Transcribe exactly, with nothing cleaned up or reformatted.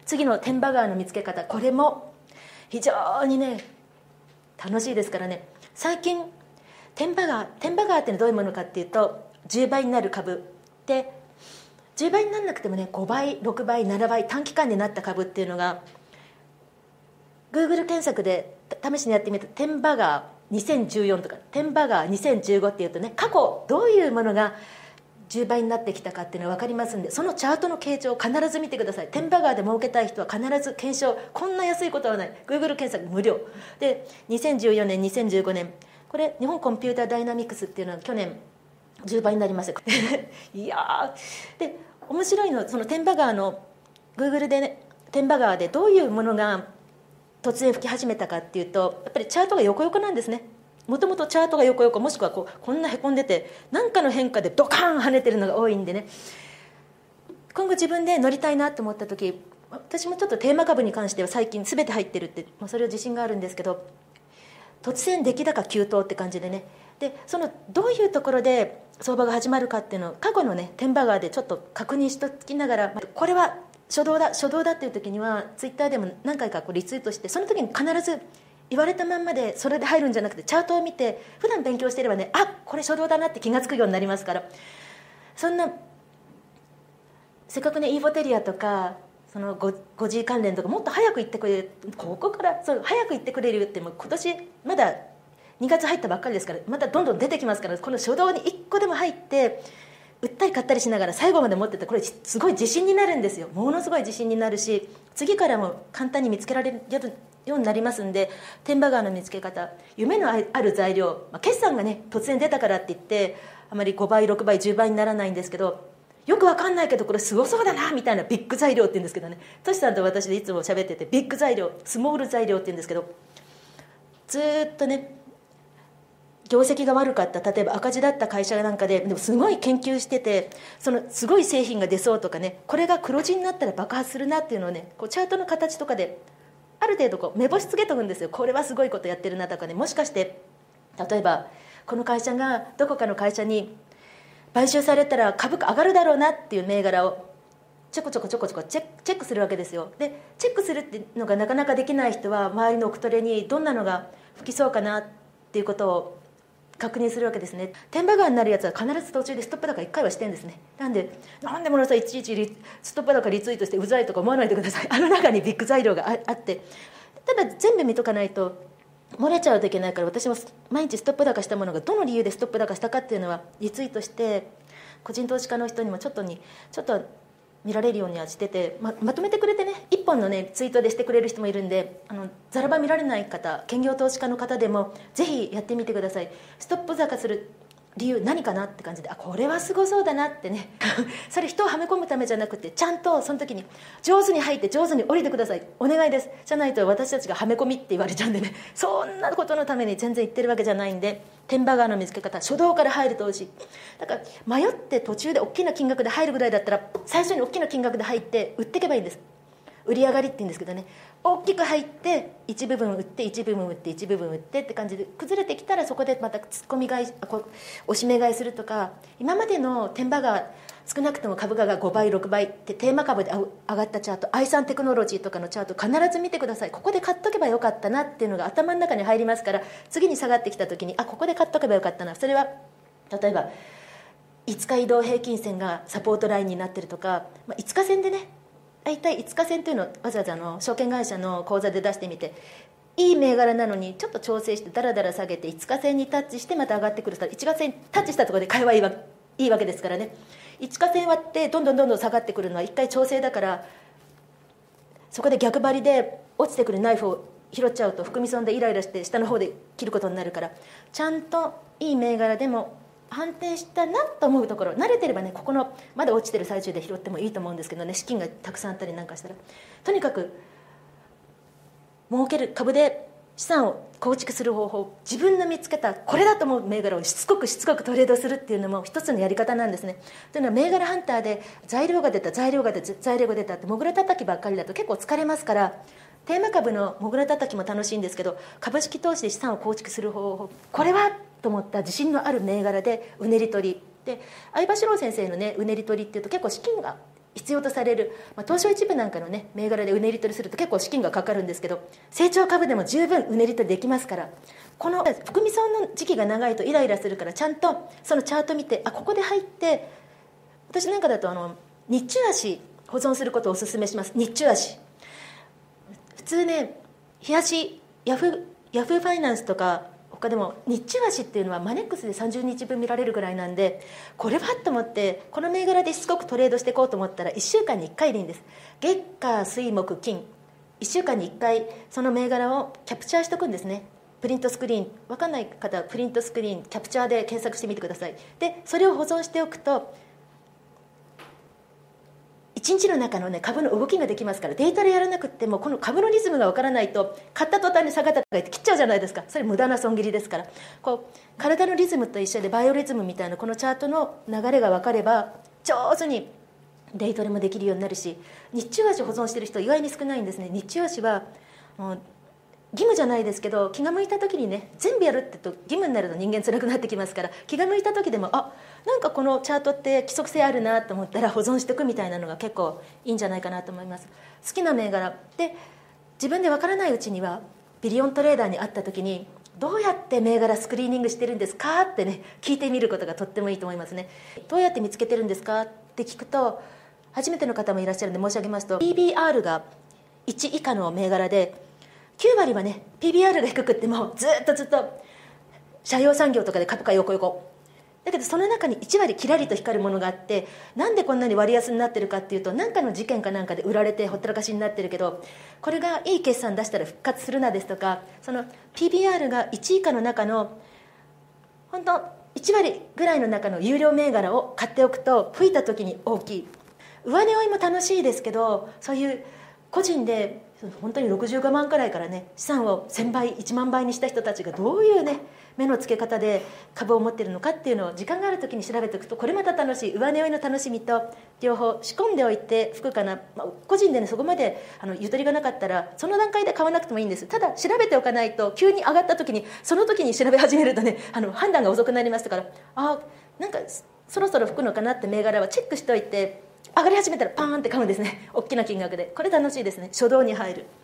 次の天馬川の見つけ方、これも非常にね楽しいですからね。最近天馬川天馬川ってのはどういうものかっていうと、じゅうばいになる株で、じゅうばいにならなくてもねごばいろくばいななばい短期間になった株っていうのが Google 検索で試しにやってみると、天馬川にせんじゅうよんとか天馬川にせんじゅうごっていうとね、過去どういうものがじゅうばいになってきたかっていうのは分かりますんで、そのチャートの形状を必ず見てください。天馬川で儲けたい人は必ず検証、こんな安いことはない。 Google 検索無料で、にせんじゅうよねんにせんじゅうごねん、これ日本コンピューターダイナミクスっていうのは去年じゅうばいになりましたいやで面白いの、その天馬川の Google でね、天馬川でどういうものが突然吹き始めたかっていうと、やっぱりチャートが横横なんですね。もともとチャートが横横、もしくはこうこんなへこんでて、何かの変化でドカーン跳ねてるのが多いんでね、今後自分で乗りたいなと思った時、私もちょっとテーマ株に関しては最近全て入ってるって、まあ、それは自信があるんですけど、突然出来高急騰って感じでね、でそのどういうところで相場が始まるかっていうのを過去のね天馬川でちょっと確認しときながら、これは初動だ初動だっていう時にはツイッターでも何回かこうリツイートして、その時に必ず言われたまんまでそれで入るんじゃなくて、チャートを見て普段勉強していればね、あこれ初動だなって気が付くようになりますから。そんなせっかくねインフォテリアとかその 5, 5G 関連とかもっと早く行ってくれる、ここからそう早く行ってくれるって、もう今年まだにがつ入ったばっかりですから、またどんどん出てきますから、この初動にいっこでも入って売ったり買ったりしながら最後まで持ってて、これすごい自信になるんですよ。ものすごい自信になるし、次からも簡単に見つけられるようになりますんで、天馬川の見つけ方、夢のある材料、まあ、決算がね突然出たからって言ってあまりごばいろくばいじゅうばいにならないんですけど、よくわかんないけどこれすごそうだなみたいなビッグ材料って言うんですけどね、トシさんと私でいつも喋ってて、ビッグ材料スモール材料って言うんですけど、ずっとね業績が悪かった、例えば赤字だった会社なんかで、でもすごい研究してて、そのすごい製品が出そうとかね、これが黒字になったら爆発するなっていうのをね、こうチャートの形とかである程度こう目星つけとくんですよ。これはすごいことやってるなとかね、もしかして例えばこの会社がどこかの会社に買収されたら株価上がるだろうなっていう銘柄をちょこちょこちょこちょこチェックするわけですよ。でチェックするっていうのがなかなかできない人は、周りの奥トレにどんなのが吹きそうかなっていうことを確認するわけですね。天馬川になるやつは必ず途中でストップ高いっかいはしてるんですね。なんでなんでものさいちいちストップ高リツイートしてうざいとか思わないでください。あの中にビッグ材料が あ, あってただ全部見とかないと漏れちゃうといけないから、私も毎日ストップ高したものがどの理由でストップ高したかっていうのはリツイートして、個人投資家の人にもちょっとにちょっと見られるようにはしてて、 ま, まとめてくれてね、いっぽんのねツイートでしてくれる人もいるんで、あのざらば見られない方、兼業投資家の方でもぜひやってみてください。ストップ高する理由何かなって感じで、あこれはすごそうだなってねそれ人をはめ込むためじゃなくて、ちゃんとその時に上手に入って上手に降りてください、お願いです。じゃないと私たちがはめ込みって言われちゃうんでね、そんなことのために全然言ってるわけじゃないんで、天馬川の見つけ方、初動から入る投資だから、迷って途中で大きな金額で入るぐらいだったら最初に大きな金額で入って売っていけばいいんです。売り上がりって言うんですけどね、大きく入って一部分売って一部分売って一部分売ってって感じで崩れてきたら、そこでまた突っ込み買い、おしめ買いするとか、今までの天馬川少なくとも株価がごばいろくばいってテーマ株で上がったチャート、アイサンテクノロジーとかのチャート必ず見てください。ここで買っとけばよかったなっていうのが頭の中に入りますから、次に下がってきた時にあここで買っとけばよかったな。それは例えばいつか移動平均線がサポートラインになってるとか、まあ、いつか線でね、大体いつか線というのをわざわざの証券会社の口座で出してみて、いい銘柄なのにちょっと調整してダラダラ下げていつか線にタッチしてまた上がってくると、いつか線タッチしたところで買えばいいわいいわけですからね。いつか線割ってどんどんどんどん下がってくるのはいっかい調整だから、そこで逆張りで落ちてくるナイフを拾っちゃうと含み損でイライラして下の方で切ることになるから、ちゃんといい銘柄でも反転したなと思うところ、慣れてればね、ここのまだ落ちてる最中で拾ってもいいと思うんですけどね、資金がたくさんあったりなんかしたら、とにかく儲ける株で資産を構築する方法、自分の見つけたこれだと思う銘柄をしつこくしつこくトレードするっていうのも一つのやり方なんですね。というのは銘柄ハンターで材料が出た材料が出た材料が出たってモグラ叩きばっかりだと結構疲れますから、テーマ株のモグラ叩きも楽しいんですけど、株式投資で資産を構築する方法、これはと思った自信のある銘柄でうねり取りで、相場志郎先生のねうねり取りっていうと結構資金が必要とされる、まあ、東証一部なんかのね銘柄でうねり取りすると結構資金がかかるんですけど、成長株でも十分うねり取りできますから、この含み損の時期が長いとイライラするから、ちゃんとそのチャート見て、あここで入って、私なんかだとあの日中足保存することをお勧めします。日中足普通ね、日足ヤフーヤフーファイナンスとか他でも日中足っていうのはマネックスでさんじゅうにちぶん見られるぐらいなんで、これはと思ってこの銘柄でしつこくトレードしていこうと思ったらいっしゅうかんにいっかいでいいんです。月火水木金いっしゅうかんにいっかいその銘柄をキャプチャーしておくんですね。プリントスクリーン、分かんない方はプリントスクリーンキャプチャーで検索してみてください。でそれを保存しておくといちにちの中の、ね、株の動きができますから、データでやらなくてもこの株のリズムが分からないと買った途端に下がったとか言って切っちゃうじゃないですか。それ無駄な損切りですから、こう体のリズムと一緒でバイオリズムみたいなこのチャートの流れが分かれば上手にデイトレもできるようになるし、日中足保存してる人意外に少ないんですね。日中足はもう義務じゃないですけど、気が向いた時にね全部やるって言うと義務になると人間辛くなってきますから、気が向いた時でもあなんかこのチャートって規則性あるなと思ったら保存しておくみたいなのが結構いいんじゃないかなと思います。好きな銘柄で自分でわからないうちにはビリオントレーダーに会った時にどうやって銘柄スクリーニングしてるんですかってね聞いてみることがとってもいいと思いますね。どうやって見つけてるんですかって聞くと、初めての方もいらっしゃるので申し上げますと ピービーアール がいち以下の銘柄できゅうわりはね ピービーアール が低くってもずっとずっと社用産業とかで株価横横だけど、その中にいちわりキラリと光るものがあって、なんでこんなに割安になってるかっていうと、何かの事件かなんかで売られてほったらかしになってるけど、これがいい決算出したら復活するなですとか、その ピービーアール がいち以下の中の本当いちわりぐらいの中の有料銘柄を買っておくと吹いた時に大きい。上値追いも楽しいですけど、そういう個人で本当にろくじゅうごまんくらいからね資産をせんばいいちまんばいにした人たちがどういうね目の付け方で株を持っているのかっていうのを時間がある時に調べておくと、これまた楽しい。上値追いの楽しみと両方仕込んでおいて吹くかな、まあ、個人でねそこまであのゆとりがなかったらその段階で買わなくてもいいんです。ただ調べておかないと急に上がった時にその時に調べ始めるとねあの判断が遅くなりますから、あなんかそろそろ吹くのかなって銘柄はチェックしておいて、上がり始めたらパーンって買うんですね。大きな金額で。これ楽しいですね。初動に入る。